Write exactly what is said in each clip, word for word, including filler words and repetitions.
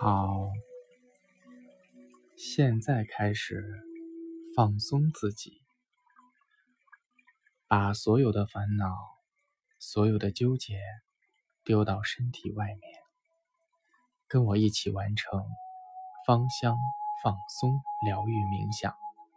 好，现在开始放松自己，把所有的烦恼、所有的纠结丢到身体外面，跟我一起完成芳香放松疗愈冥想。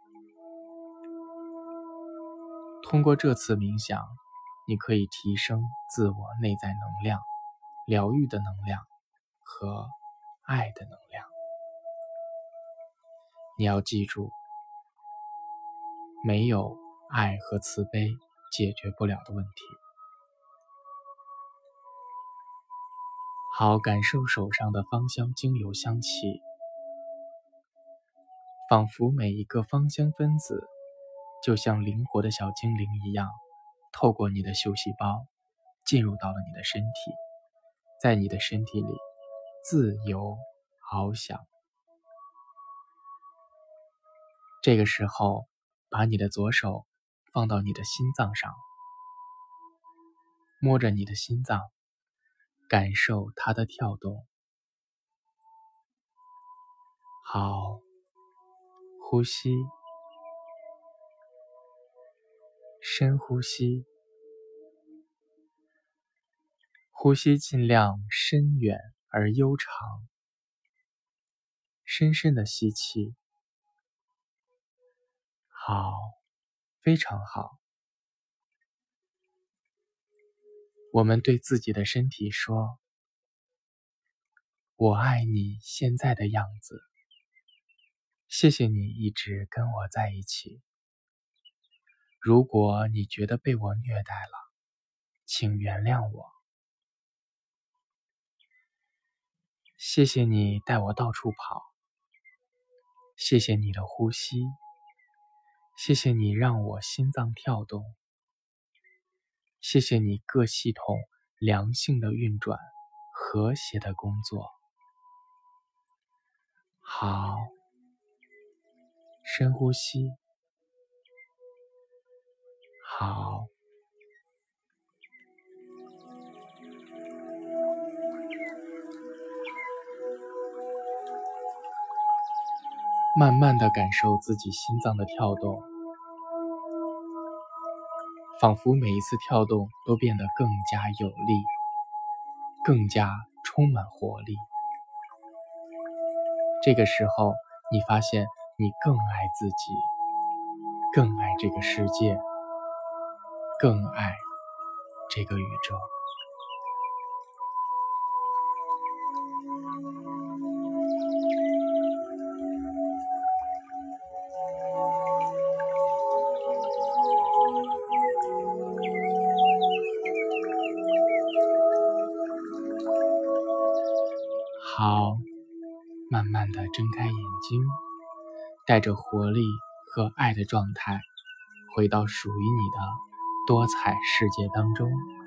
通过这次冥想，你可以提升自我内在能量、疗愈的能量和爱的能量。你要记住，没有爱和慈悲解决不了的问题。好，感受手上的芳香精油香气，仿佛每一个芳香分子就像灵活的小精灵一样，透过你的嗅细胞进入到了你的身体，在你的身体里自由翱翔。这个时候，把你的左手放到你的心脏上，摸着你的心脏，感受它的跳动。好，呼吸，深呼吸，呼吸尽量深远而悠长。深深的吸气，好，非常好。我们对自己的身体说：我爱你现在的样子，谢谢你一直跟我在一起。如果你觉得被我虐待了，请原谅我。谢谢你带我到处跑，谢谢你的呼吸，谢谢你让我心脏跳动，谢谢你各系统良性的运转，和谐的工作。好，深呼吸，好，慢慢地感受自己心脏的跳动，仿佛每一次跳动都变得更加有力，更加充满活力。这个时候，你发现你更爱自己，更爱这个世界，更爱这个宇宙。好，慢慢地睁开眼睛，带着活力和爱的状态，回到属于你的多彩世界当中。